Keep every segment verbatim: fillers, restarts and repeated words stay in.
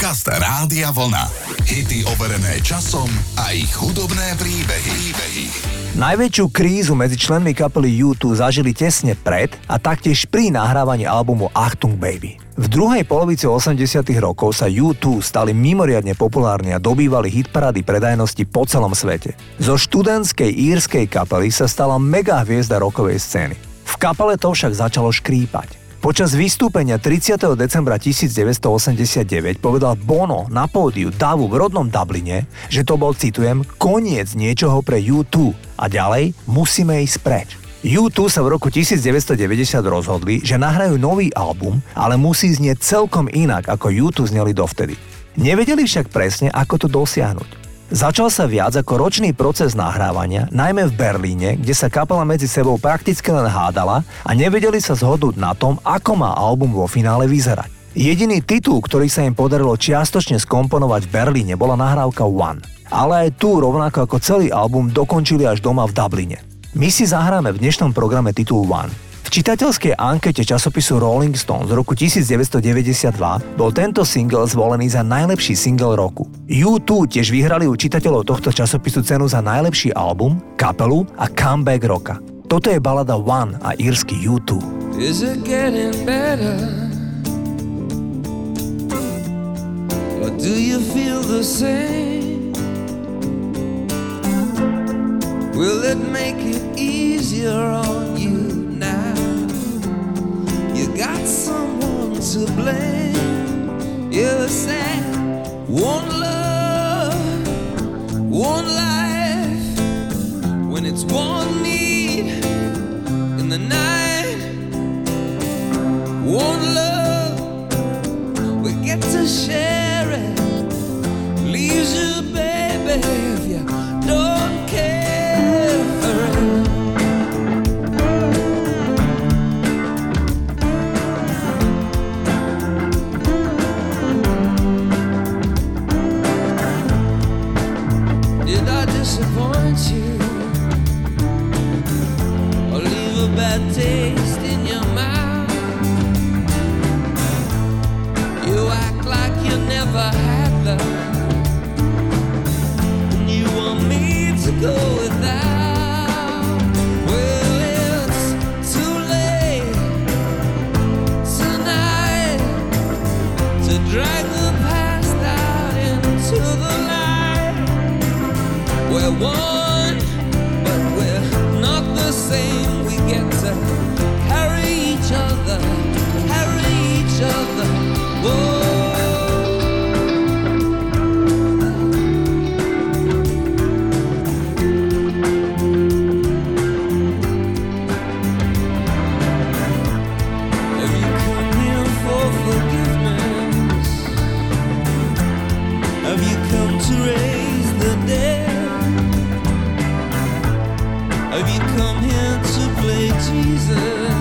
Podcast Rádia Vlna. Hity overené časom a ich hudobné príbehy. príbehy. Najväčšiu krízu medzi členmi kapely ú dva zažili tesne pred a taktiež pri nahrávaní albumu Achtung Baby. V druhej polovici osemdesiatych rokov sa ú dva stali mimoriadne populárni a dobývali hitparády predajnosti po celom svete. Zo študentskej írskej kapely sa stala mega hviezda rockovej scény. V kapele to však začalo škrípať. Počas vystúpenia tridsiateho decembra devätnásťstoosemdesiatdeväť povedal Bono na pódiu davu v rodnom Dubline, že to bol, citujem, koniec niečoho pre ú dva a ďalej musíme ísť preč. ú dva sa v roku devätnásťstodeväťdesiat rozhodli, že nahrajú nový album, ale musí znieť celkom inak, ako ú dva zneli dovtedy. Nevedeli však presne, ako to dosiahnuť. Začal sa viac ako ročný proces nahrávania, najmä v Berlíne, kde sa kapela medzi sebou prakticky len hádala a nevedeli sa zhodnúť na tom, ako má album vo finále vyzerať. Jediný titul, ktorý sa im podarilo čiastočne skomponovať v Berlíne, bola nahrávka One. Ale aj tu, rovnako ako celý album, dokončili až doma v Dubline. My si zahráme v dnešnom programe titul One. V čitateľskej ankete časopisu Rolling Stone z roku devätnásťstodeväťdesiatdva bol tento single zvolený za najlepší single roku. ú dva tiež vyhrali u čitateľov tohto časopisu cenu za najlepší album, kapelu a comeback roka. Toto je balada One a írsky ú dva. Is it getting better? Or do you feel the same? Will it make it easier on you now? You got someone to blame. You said one love, one life. When it's one need in the night, one love, we get to share it. Leaves you, baby, if you don't care for it. Did I disappoint you or leave a bad taste in your mouth? You act like you never had love, and you want me to go without. Well, it's too late tonight to drag the past out into the light. We're one, but we're not the same. We get to carry each other, carry each other. Whoa. Have you come here for forgiveness? Have you come to raise the dead? Have you come here to play Jesus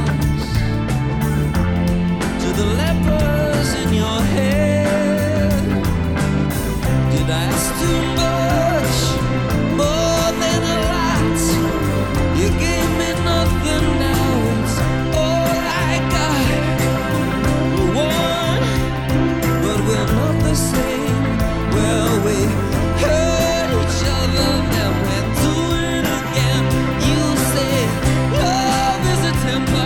to the lepers in your head? Did I ask too much, more than a lot? You gave me nothing, now it's all I got. We're one, but we're not the same. Well, we hurt each other, then we do it again. You say love is a temper.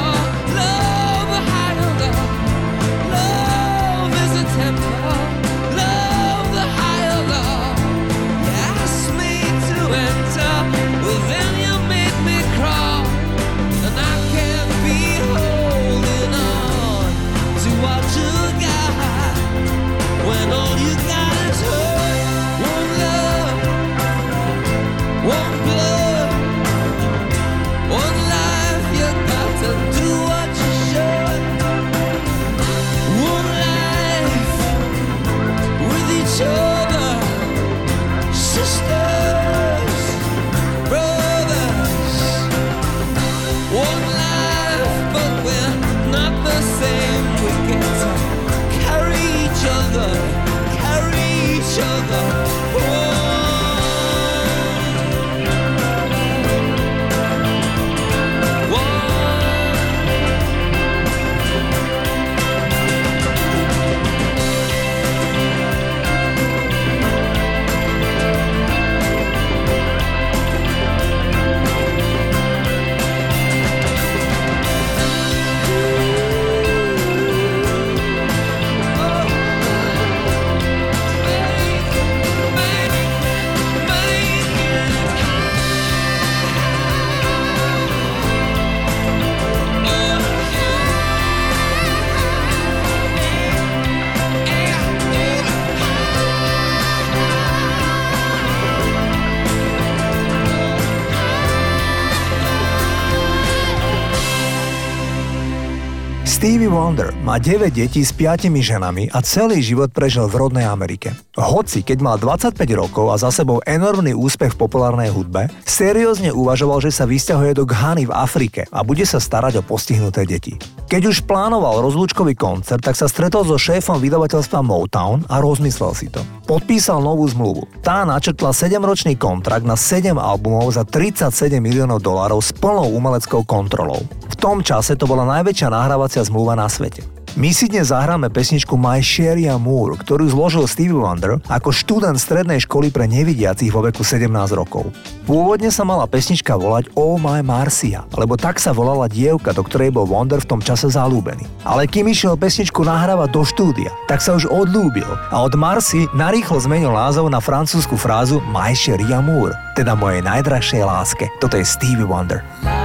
Stevie Wonder má deväť detí s piatimi ženami a celý život prežil v rodnej Amerike. Hoci, keď mal dvadsaťpäť rokov a za sebou enormný úspech v populárnej hudbe, seriózne uvažoval, že sa vysťahuje do Ghany v Afrike a bude sa starať o postihnuté deti. Keď už plánoval rozlúčkový koncert, tak sa stretol so šéfom vydavateľstva Motown a rozmyslel si to. Podpísal novú zmluvu. Tá načrtla sedemročný kontrakt na sedem albumov za tridsaťsedem miliónov dolárov s plnou umeleckou kontrolou. V tom čase to bola najväčšia nahrávacia zmluva na svete. My si dnes zahráme pesničku My Sherry Amour, ktorú zložil Stevie Wonder ako študent strednej školy pre nevidiacich vo veku sedemnásť rokov. Pôvodne sa mala pesnička volať Oh My Marcia, lebo tak sa volala dievka, do ktorej bol Wonder v tom čase zalúbený. Ale kým išiel pesničku nahrávať do štúdia, tak sa už odlúbil a od Marcy narýchlo zmenil názov na francúzsku frázu My Sherry Amour, teda mojej najdrahšej láske. Toto je Stevie Wonder.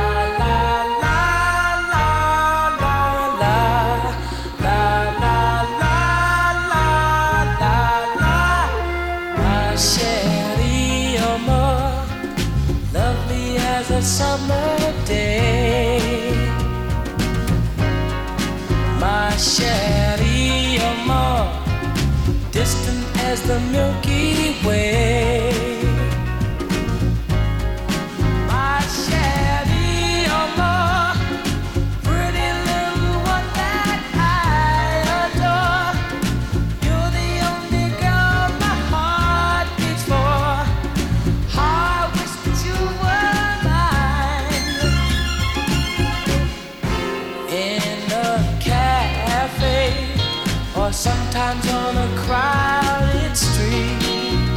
Summer day, my chérie amour, distant as the Milky Way. My chérie amour, pretty little one that I adore. You're the only girl my heart beats for. I wish that you were or sometimes on a crowded street.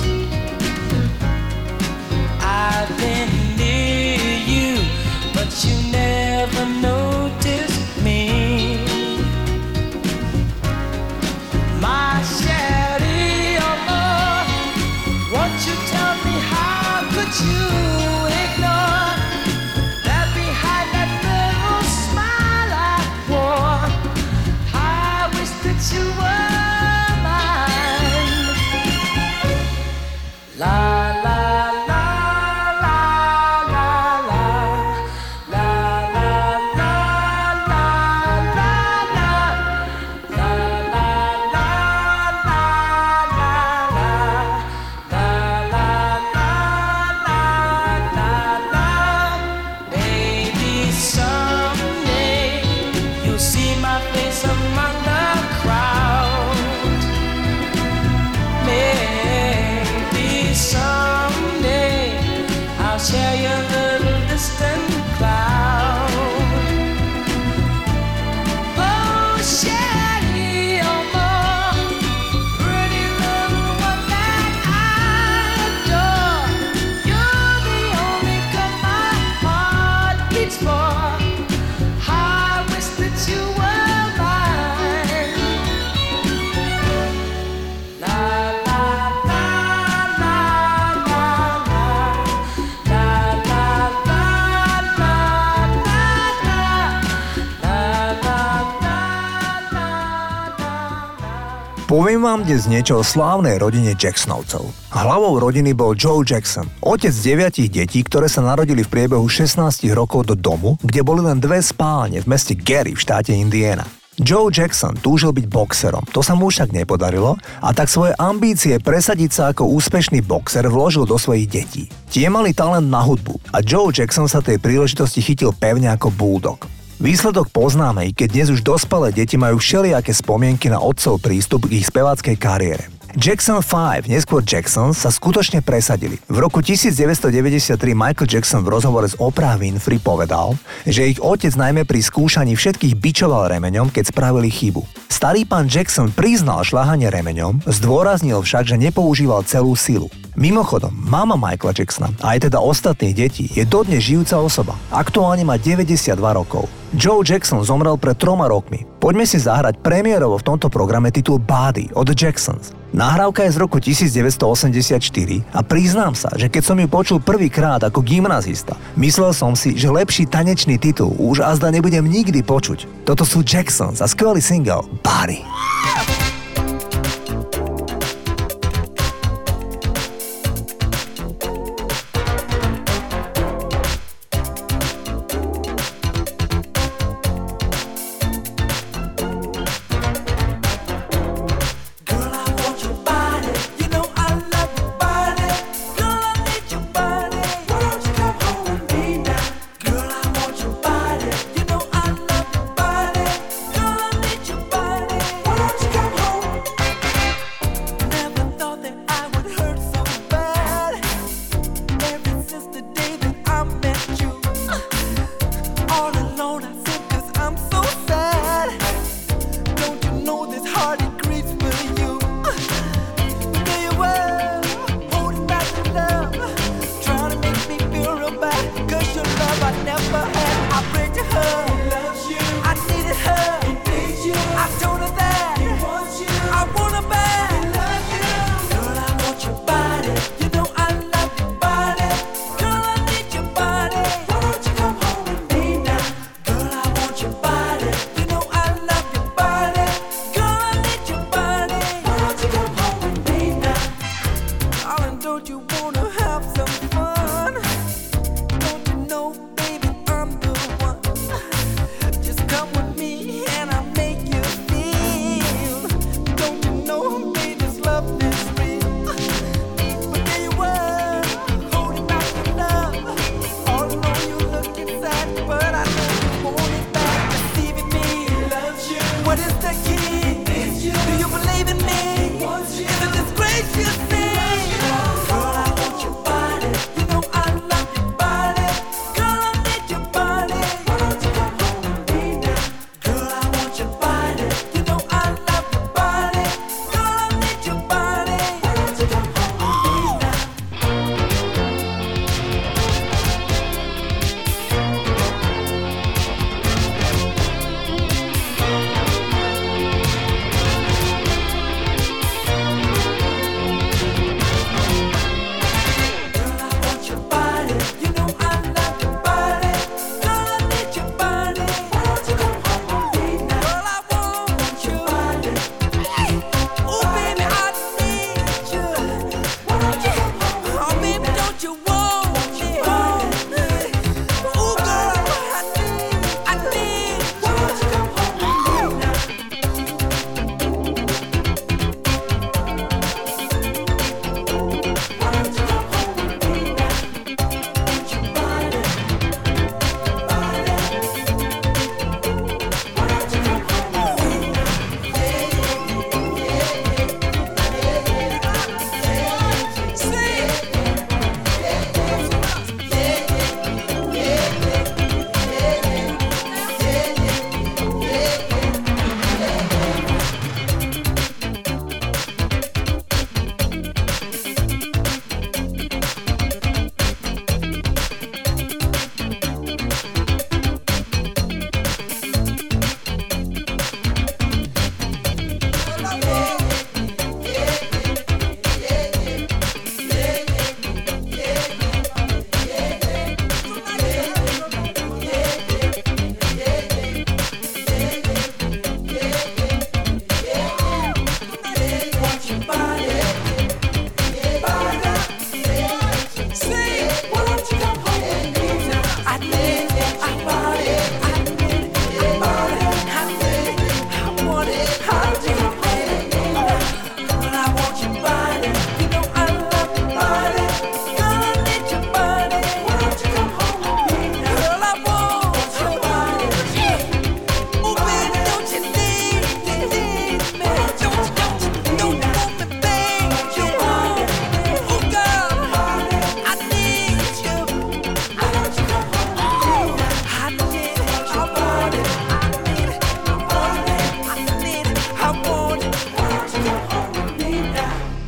I've been near you, but you never noticed me. My chérie amour, won't you tell me how could you ignore that behind that little smile I wore? I wish that you were mine. La la la la la la la la la la la la la la la. Baby, someday you'll see my face among the crowd. Maybe someday I'll share your little distant cloud. Oh, chérie amour, pretty little one that I adore. You're the only girl my heart beats for. I wish that you were mine. La la la la la la la la la la Poviem vám dnes niečo o slávnej rodine Jacksonovcov. Hlavou rodiny bol Joe Jackson, otec deviatich detí, ktoré sa narodili v priebehu šestnásť rokov do domu, kde boli len dve spálne v meste Gary v štáte Indiana. Joe Jackson túžil byť boxerom, to sa mu však nepodarilo a tak svoje ambície presadiť sa ako úspešný boxer vložil do svojich detí. Tie mali talent na hudbu a Joe Jackson sa tej príležitosti chytil pevne ako bulldog. Výsledok poznáme, i keď dnes už dospelé deti majú všelijaké spomienky na otcov prístup k ich speváckej kariére. Jackson päť, neskôr Jackson, sa skutočne presadili. V roku devätnásťstodeväťdesiattri Michael Jackson v rozhovore s Oprah Winfrey povedal, že ich otec najmä pri skúšaní všetkých bičoval remeňom, keď spravili chybu. Starý pán Jackson priznal šľahanie remeňom, zdôraznil však, že nepoužíval celú silu. Mimochodom, mama Michaela Jacksona, a aj teda ostatných detí, je dodnes žijúca osoba. Aktuálne má deväťdesiatdva rokov. Joe Jackson zomrel pred troma rokmi. Poďme si zahrať premiérovo v tomto programe titul Body od The Jacksons. Nahrávka je z roku devätnásťstoosemdesiatštyri a priznám sa, že keď som ju počul prvýkrát ako gymnazista, myslel som si, že lepší tanečný titul už azda nebudem nikdy počuť. Toto sú Jacksons a skvelý single Body.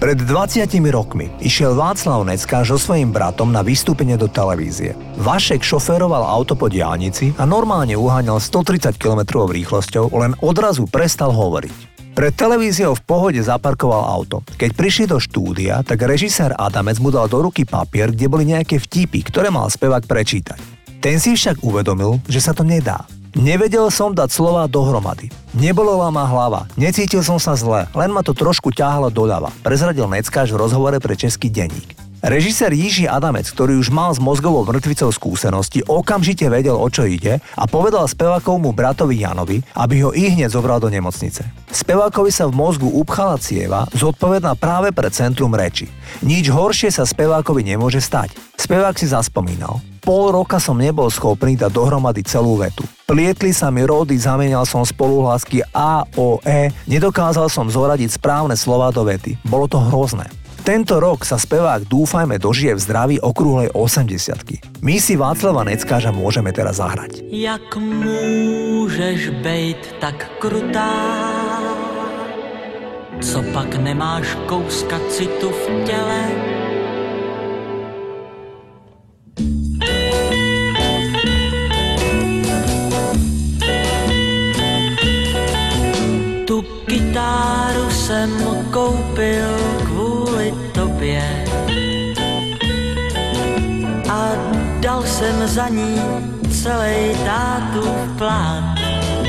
Pred dvadsiatimi rokmi išiel Václav Neckáš so svojím bratom na vystúpenie do televízie. Vašek šoféroval auto po diaľnici a normálne uháňal stotridsať kilometrov rýchlosťou, len odrazu prestal hovoriť. Pred televíziou v pohode zaparkoval auto. Keď prišli do štúdia, tak režisér Adamec mu dal do ruky papier, kde boli nejaké vtipy, ktoré mal spevák prečítať. Ten si však uvedomil, že sa to nedá. Nevedel som dať slová dohromady. Nebolela ma hlava, necítil som sa zle, len ma to trošku ťahalo doľava, prezradil Neckáš v rozhovore pre Český denník. Režisér Jiří Adamec, ktorý už mal s mozgovou mŕtvicou skúsenosti, okamžite vedel, o čo ide a povedal spevákovmu bratovi Janovi, aby ho ihneď zobral do nemocnice. Spevákovi sa v mozgu upchala cieva, zodpovedná práve pre centrum reči. Nič horšie sa spevákovi nemôže stať. Spevák si zaspomínal. Pol roka som nebol schopný dať dohromady celú vetu. Plietli sa mi rody, zamienial som spoluhlásky A, O, E, nedokázal som zoradiť správne slová do vety. Bolo to hrozné. Tento rok sa spevák dúfajme dožije v zdraví okrúhlej osemdesiatky. My si Václava Neckáža môžeme teraz zahrať. Jak môžeš bejt tak krutá, co pak nemáš kouska citu v těle? Tu kytáru jsem koupil kvůli tobě a dal jsem za ní celej tátův plát.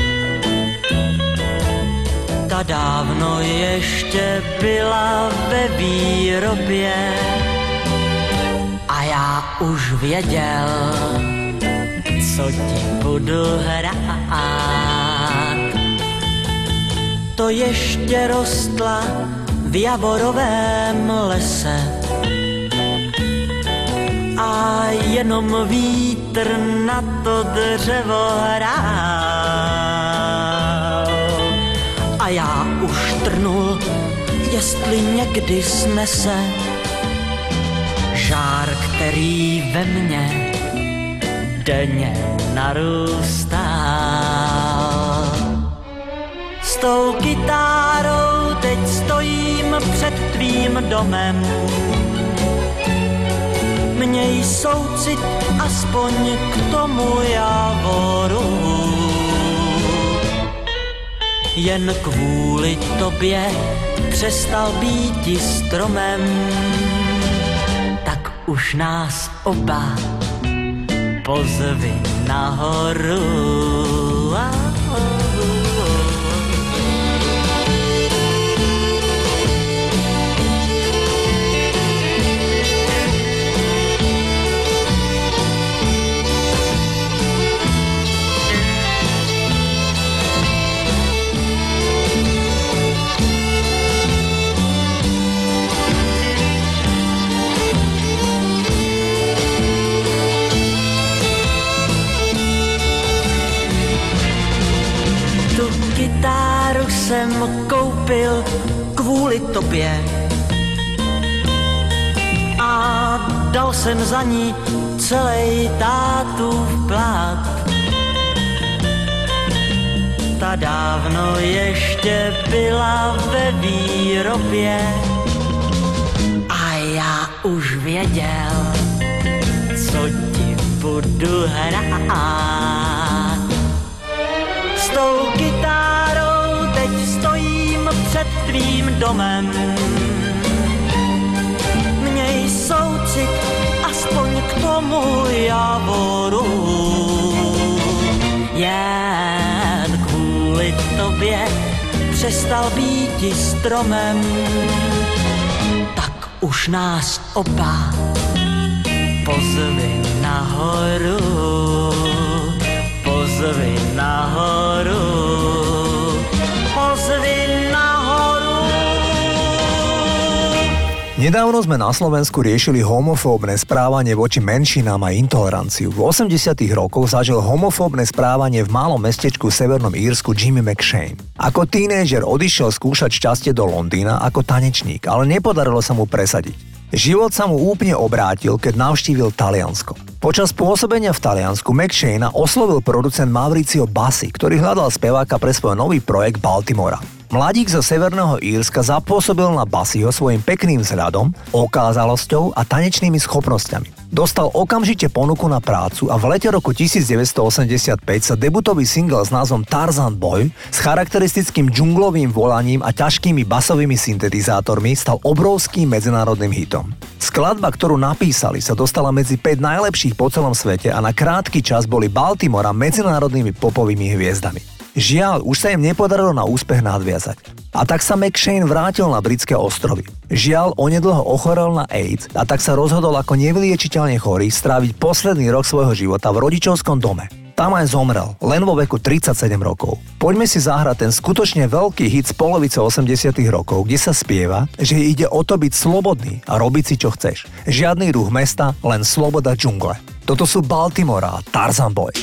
Ta dávno ještě byla ve výrobě a já už věděl, co ti budu hrát. To ještě rostla v javorovém lese a jenom vítr na to dřevo hrál. A já už trnul, jestli někdy snese žár, který ve mně denně narůstá. S tou kytárou teď stojím před tvým domem. Měj soucit aspoň k tomu javoru. Jen kvůli tobě přestal býti stromem, tak už nás oba pozvi nahoru. Kytáru jsem koupil kvůli tobě a dal jsem za ní celej tátův plát. Ta dávno ještě byla ve výrobě a já už věděl, co ti budu hrát. S tou kytárou teď stojím před tvým domem. Měj soucit aspoň k tomu javoru. Jen kvůli tobě přestal býti stromem, tak už nás oba pozvi nahoru. Pozvi nahoru, pozvi nahoru. Nedávno sme na Slovensku riešili homofóbne správanie voči menšinám a intoleranciu. V osemdesiatych rokoch zažil homofóbne správanie v malom mestečku v Severnom Írsku Jimmy McShane. Ako tínedžer odišiel skúšať šťastie do Londýna ako tanečník, ale nepodarilo sa mu presadiť. Život sa mu úplne obrátil, keď navštívil Taliansko. Počas pôsobenia v Taliansku McShanea oslovil producent Mauricio Bassi, ktorý hľadal speváka pre svoj nový projekt Baltimora. Mladík zo Severného Írska zapôsobil na Basseyho svojim pekným vzhľadom, okázalosťou a tanečnými schopnosťami. Dostal okamžite ponuku na prácu a v lete roku devätnásťstoosemdesiatpäť sa debutový single s názvom Tarzan Boy s charakteristickým džunglovým volaním a ťažkými basovými syntetizátormi stal obrovským medzinárodným hitom. Skladba, ktorú napísali, sa dostala medzi päť najlepších po celom svete a na krátky čas boli Baltimora medzinárodnými popovými hviezdami. Žiaľ, už sa im nepodarilo na úspech nadviazať. A tak sa McShane vrátil na britské ostrovy. Žiaľ, onedlho ochorel na AIDS a tak sa rozhodol ako nevyliečiteľne chorý stráviť posledný rok svojho života v rodičovskom dome. Tam aj zomrel, len vo veku tridsaťsedem rokov. Poďme si zahrať ten skutočne veľký hit z polovice osemdesiatych rokov, kde sa spieva, že ide o to byť slobodný a robiť si čo chceš. Žiadny ruch mesta, len sloboda džungle. Toto sú Baltimora a Tarzan Boy.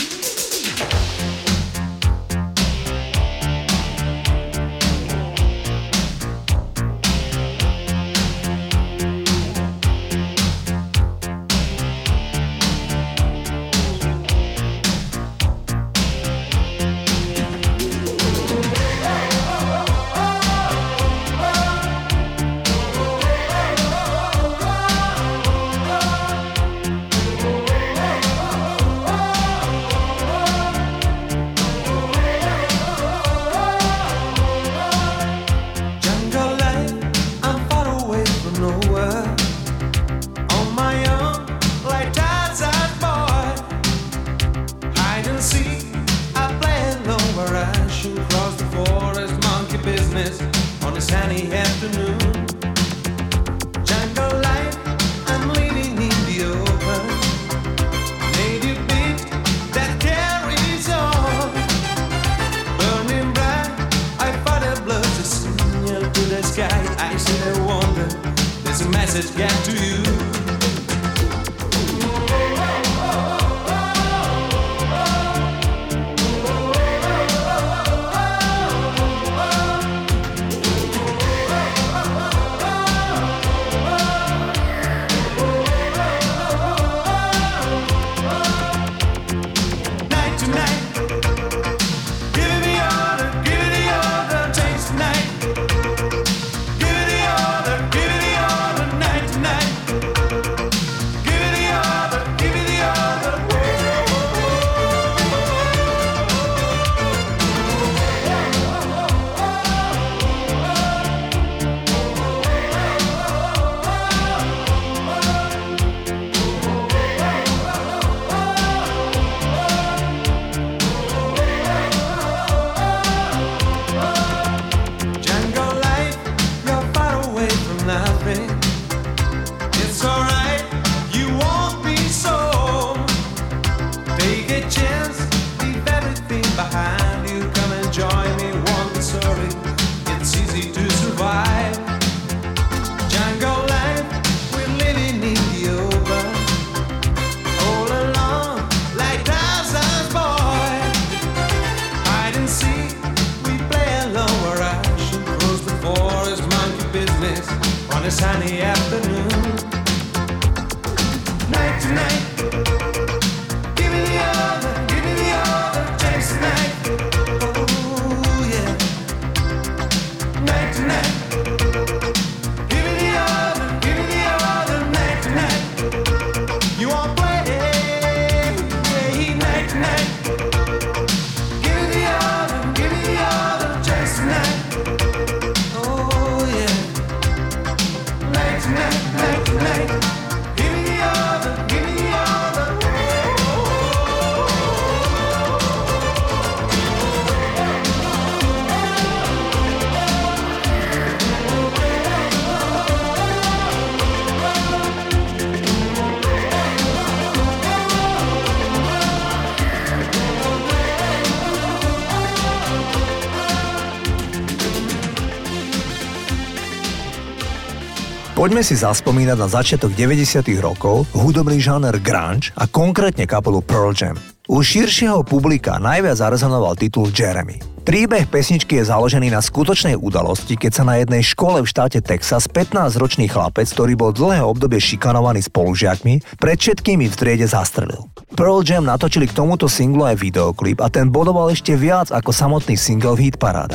Poďme si zaspomínať na začiatok deväťdesiatych rokov, hudobný žáner grunge a konkrétne kapelu Pearl Jam. U širšieho publika najviac zarezonoval titul Jeremy. Príbeh pesničky je založený na skutočnej udalosti, keď sa na jednej škole v štáte Texas pätnásťročný chlapec, ktorý bol dlhé obdobie šikanovaný spolužiakmi, pred všetkými v triede zastrelil. Pearl Jam natočili k tomuto singlu aj videoklip a ten bodoval ešte viac ako samotný single v hitparádach.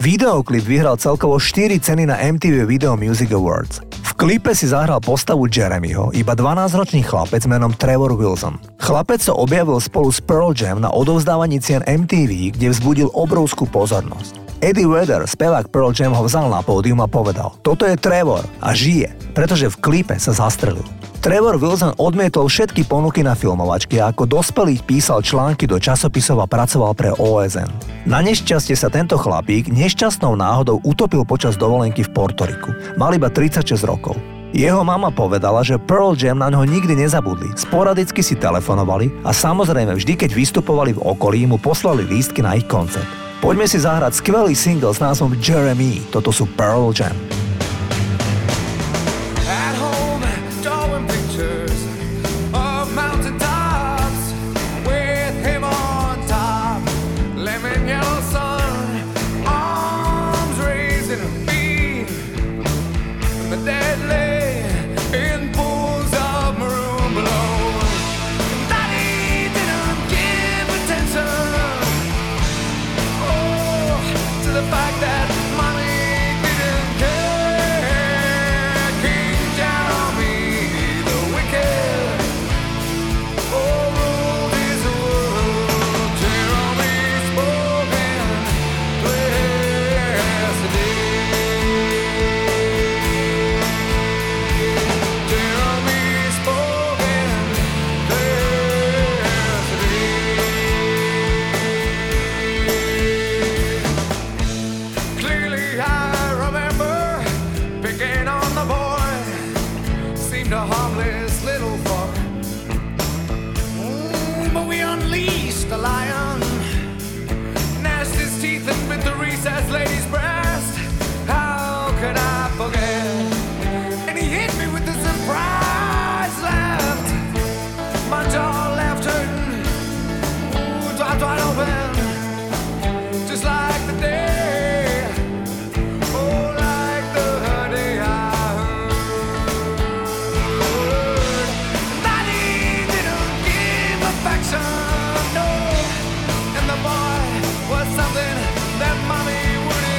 Videoklip vyhral celkovo štyri ceny na em tí ví Video Music Awards. V klipe si zahral postavu Jeremyho, iba dvanásťročný chlapec menom Trevor Wilson. Chlapec sa objavil spolu s Pearl Jam na odovzdávaní cien em tí ví, kde vzbudil obrovskú pozornosť. Eddie Vedder, spevák Pearl Jam, ho vzal na pódium a povedal: "Toto je Trevor a žije, pretože v klipe sa zastrelil." Trevor Wilson odmietol všetky ponuky na filmovačky a ako dospelý písal články do časopisov a pracoval pre ó es en. Na nešťastie sa tento chlapík nešťastnou náhodou utopil počas dovolenky v Portoriku. Mal iba tridsaťšesť rokov. Jeho mama povedala, že Pearl Jam na ňo nikdy nezabudli, sporadicky si telefonovali a samozrejme vždy, keď vystupovali v okolí, mu poslali lístky na ich koncert. Poďme si zahrať skvelý single s názvom Jeremy. Toto sú Pearl Jam. Something that mommy would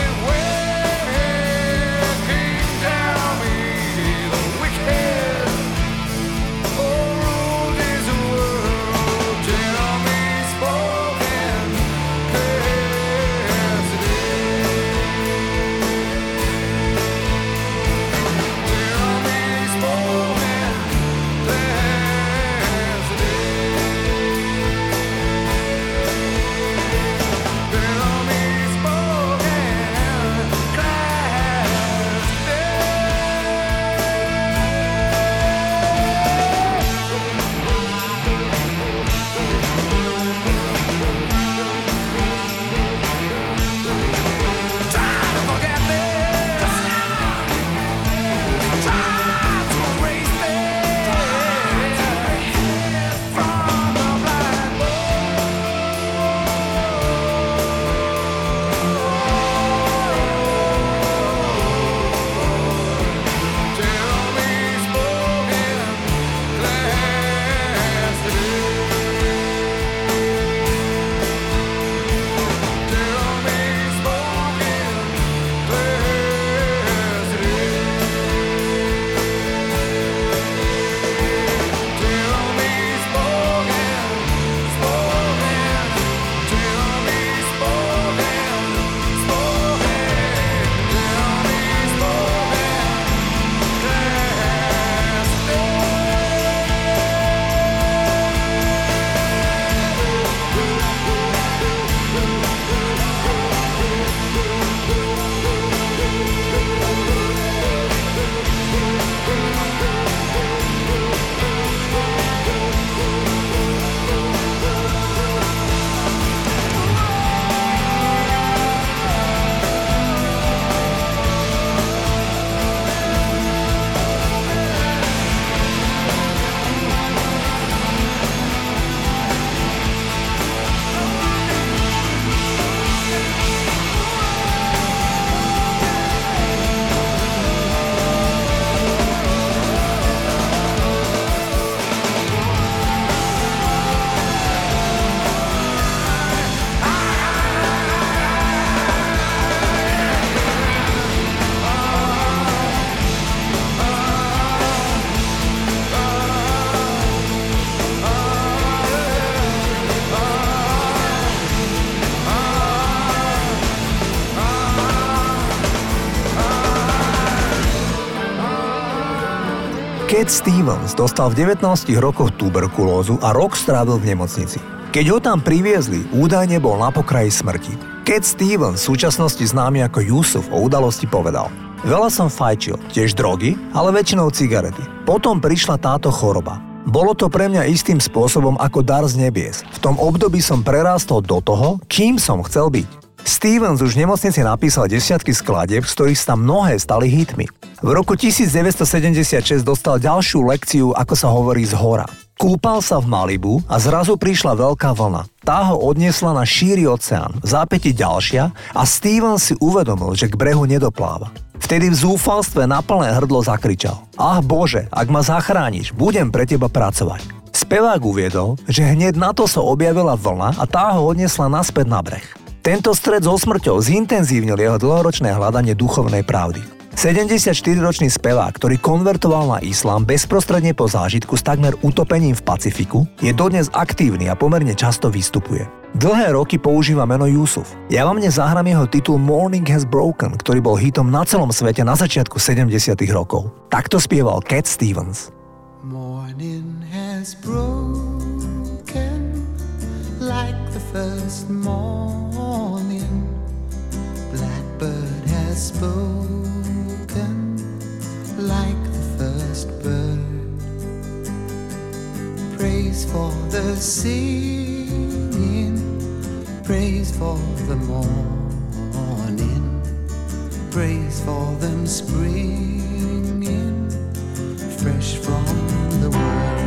Cat Stevens dostal v devätnástich rokoch tuberkulózu a rok strávil v nemocnici. Keď ho tam priviezli, údajne bol na pokraji smrti. Cat Stevens, v súčasnosti známy ako Yusuf, o udalosti povedal: Veľa som fajčil, tiež drogy, ale väčšinou cigarety. Potom prišla táto choroba. Bolo to pre mňa istým spôsobom ako dar z nebies. V tom období som prerástol do toho, kým som chcel byť. Stevens už v nemocnici napísal desiatky skladieb, z ktorých sa mnohé stali hitmi. V roku devätnásťsedemdesiatšesť dostal ďalšiu lekciu, ako sa hovorí, z hora. Kúpal sa v Malibu a zrazu prišla veľká vlna. Tá ho odniesla na šíry oceán, v zápäti ďalšia a Steven si uvedomil, že k brehu nedopláva. Vtedy v zúfalstve na plné hrdlo zakričal: Ach Bože, ak ma zachrániš, budem pre teba pracovať. Spevák uviedol, že hneď na to sa objavila vlna a tá ho odniesla naspäť na breh. Tento stret so smrťou zintenzívnil jeho dlhoročné hľadanie duchovnej pravdy. sedemdesiatštyriročný spevák, ktorý konvertoval na islám bezprostredne po zážitku s takmer utopením v Pacifiku, je dodnes aktívny a pomerne často vystupuje. Dlhé roky používa meno Yusuf. Ja vám dnes zahrám jeho titul Morning Has Broken, ktorý bol hitom na celom svete na začiatku sedemdesiatych rokov. Takto spieval Cat Stevens. Morning has broken like the first morning. Blackbird has spoken like the first bird. Praise for the singing, praise for the morning, praise for them springing fresh from the world.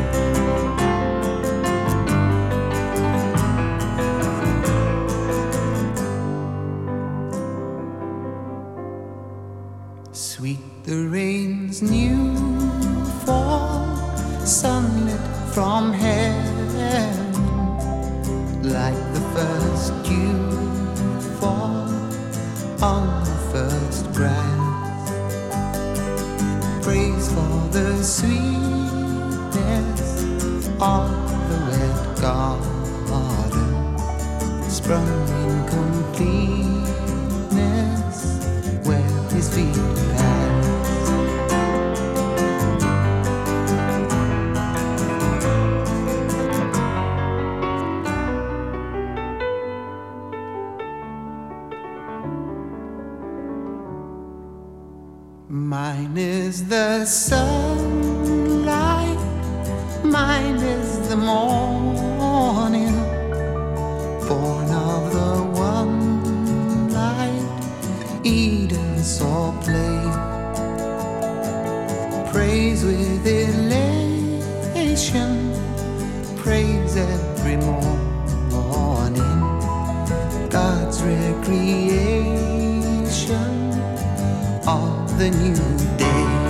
Sweet the rain's new fall, sunlit from heaven, like the first dew fall on the first grass. Praise for the sweetness of the red garden, sprung in completeness where his feet pass. Mine is the sunlight, mine is the morning, born of the one light Eden saw play. Praise with elation, praise every morning, God's recreation of the new day.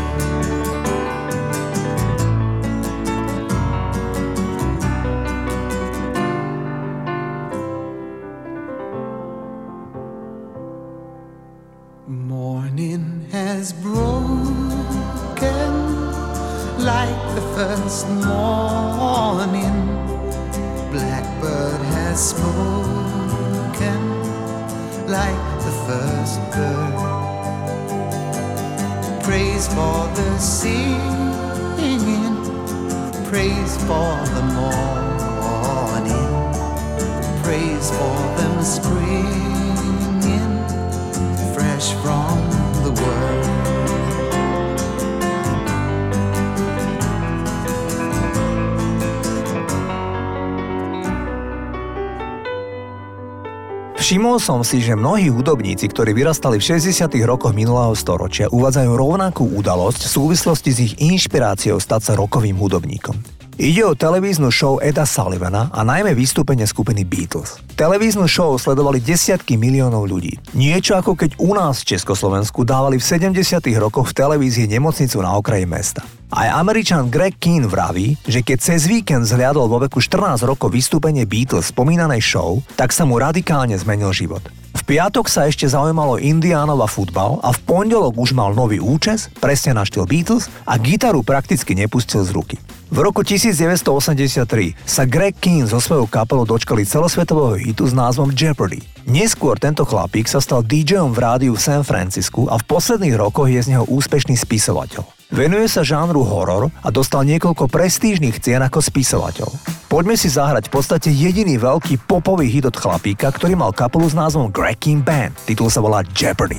Morning has broken like the first morning. Blackbird has spoken like the first bird. Praise for the singing, praise for the morning, praise for them springing fresh from the world. Všimol som si, že mnohí hudobníci, ktorí vyrastali v šesťdesiatych rokoch minulého storočia, uvádzajú rovnakú udalosť v súvislosti s ich inšpiráciou stať sa rockovým hudobníkom. Ide o televíznu show Eda Sullivana a najmä vystúpenie skupiny Beatles. Televíznu show sledovali desiatky miliónov ľudí. Niečo ako keď u nás v Československu dávali v sedemdesiatych rokoch v televízii nemocnicu na okraji mesta. Aj Američan Greg Kihn vraví, že keď cez víkend zhliadol vo veku štrnásť rokov vystúpenie Beatles v spomínanej show, tak sa mu radikálne zmenil život. V piatok sa ešte zaujímalo Indiánov a futbal a v pondelok už mal nový účes, presne na štýl Beatles, a gitaru prakticky nepustil z ruky. V roku devätnásťstoosemdesiattri sa Greg Kihn so svojou kapelou dočkali celosvetového hitu s názvom Jeopardy. Neskôr tento chlapík sa stal dí džejom v rádiu v San Francisku a v posledných rokoch je z neho úspešný spisovateľ. Venuje sa žánru horor a dostal niekoľko prestížnych cien ako spisovateľ. Poďme si zahrať v podstate jediný veľký popový hit od chlapíka, ktorý mal kapelu s názvom Greg King Band. Titul sa volá Jeopardy.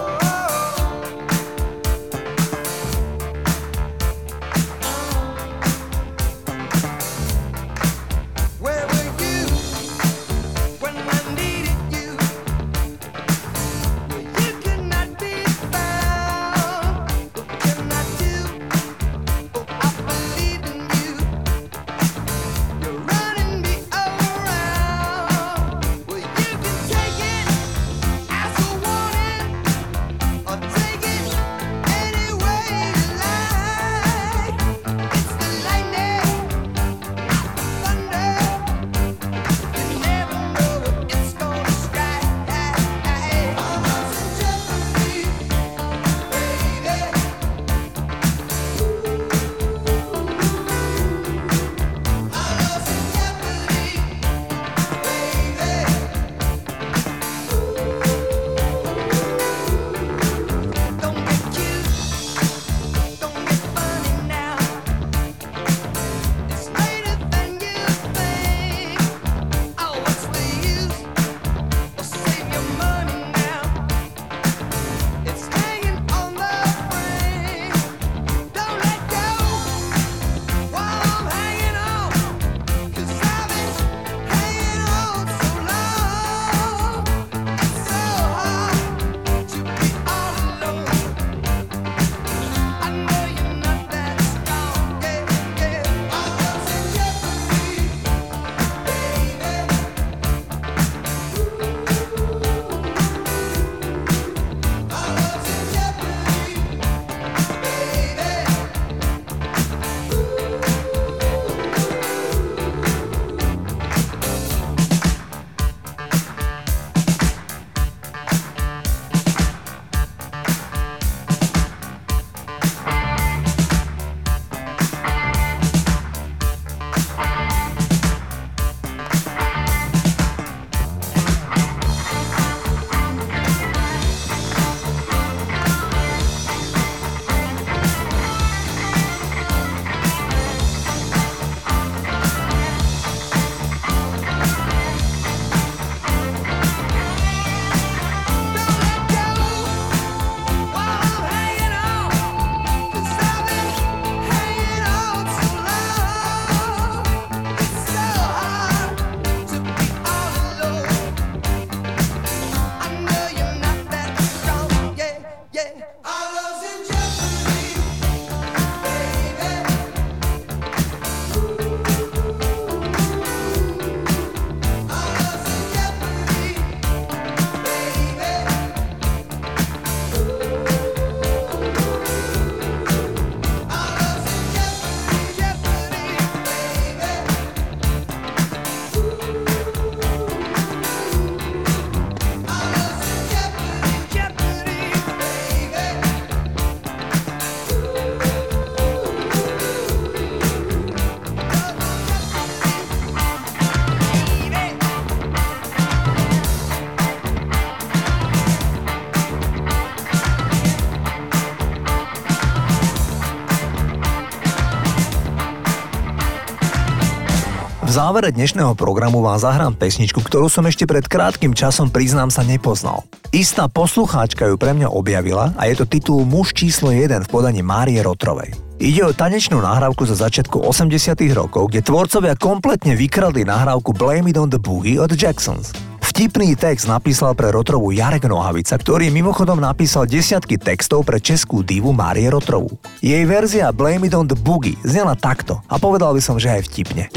V závere dnešného programu vám zahrám pesničku, ktorú som ešte pred krátkym časom, priznám sa, nepoznal. Istá poslucháčka ju pre mňa objavila a je to titul Muž číslo jeden v podaní Márie Rotrovej. Ide o tanečnú nahrávku zo začiatku osemdesiatych rokov, kde tvorcovia kompletne vykradli nahrávku Blame It on the Boogie od Jacksons. Vtipný text napísal pre Rotrovú Jarek Nohavica, ktorý mimochodom napísal desiatky textov pre českú divu Márie Rotrovú. Jej verzia Blame It on the Boogie znela takto a povedal by som, že aj vtipne.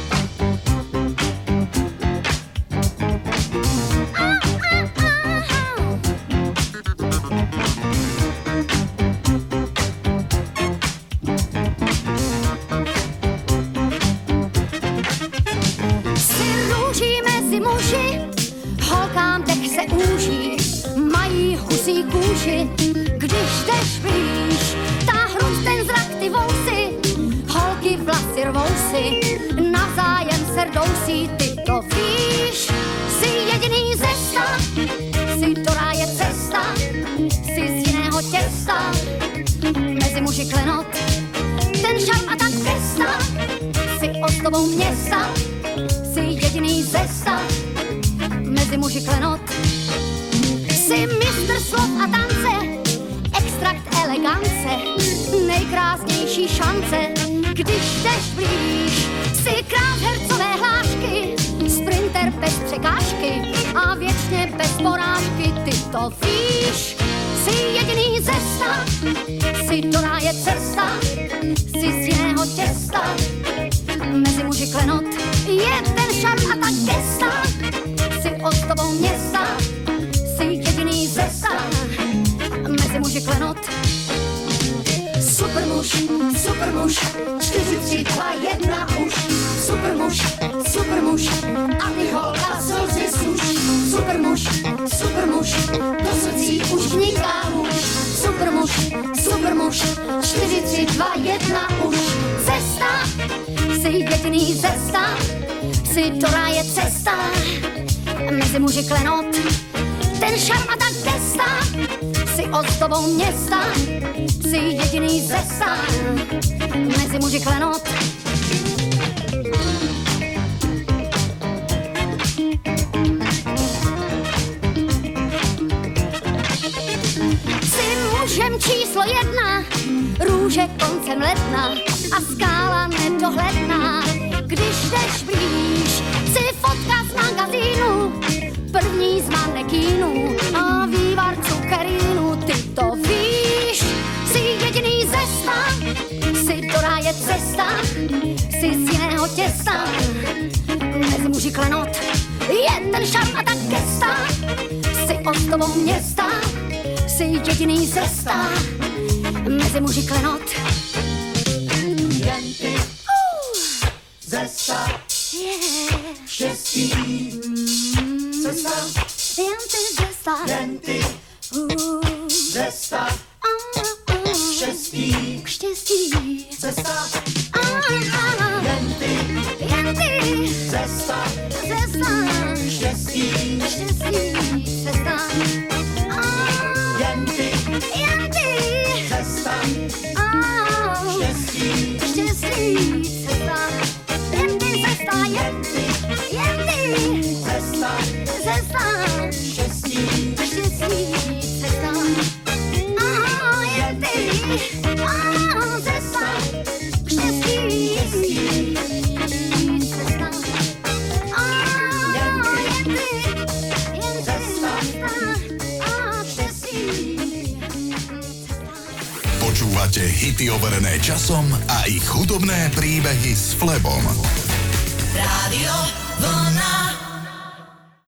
Když jdeš blíž, táhnout ten zrak, ty vousy, holky vlasy rvou si, navzájem se rdousí, ty to víš, jsi jediný ze sta, si do ráje cesta, jsi z jiného těsta, mezi muži klenot. Ten šarm a tak gesta, si ozdobou města, si jediný zesta, mezi muži klenot. Si mistr slov a tance, extrakt elegance, nejkrásnější šance, když jdeš blíž. Si král hercové hlášky, sprinter bez překážky a věčně bez porážky, ty to víš. Jsi jediný zesta, si do ráje cesta, jsi z jiného těsta, mezi muži klenot. Je ten šarm a ta gesta, jsi ozdobou města, jsi jediný zesta, mezi muži klenot. Supermuž, supermuž, čtyři, tři, dva, jedna už. Supermuž, supermuž, a ty holka slzy suš. Supermuž, supermuž, do srdcí už vniká muž. Supermuž, supermuž, čtyři, tři, dva, jedna už. Cesta, jsi jediný zesta, jsi do ráje cesta, mezi muži klenot. Ten šarm a ta gesta, jsi ozdobou města, jsi jediný zesta, mezi muži klenot. Jsi mužem číslo jedna, růže koncem ledna a skála nedohledná. Když jdeš blíž, jsi fotka z magazínu, první z manekínu a vývar cukerínu, ty to víš. Jsi jediný zesta, jsi do ráje cesta, jsi z jiného těsta, mezi muži klenot. Je ten šarm a ta gesta, jsi ozdobou města, jsi jediný zesta, mezi muži klenot. Jen ty, zesta, Yeah. štěstí, cesta, Jen ty zesta, jen ty, uh, zesta, uh, uh, štěstí, štěstí, cesta, uh, uh, jen ty, jen ty zesta, zesta, štěstí, štěstí, cesta, uh, jen ty, jen ty cesta, uh, štěstí, štěstí, cesta, jen ty cesta, jen ty, jen ty cesta, cesta, štěstí, štěstí, cesta, uh, jen ty, uh, cesta, štěstí, cesta, uh, jen ty, jen ty cesta, uh, štěstí, cesta. Počúvate hity overené časom a ich hudobné príbehy s Flebom. Rádio Vlna.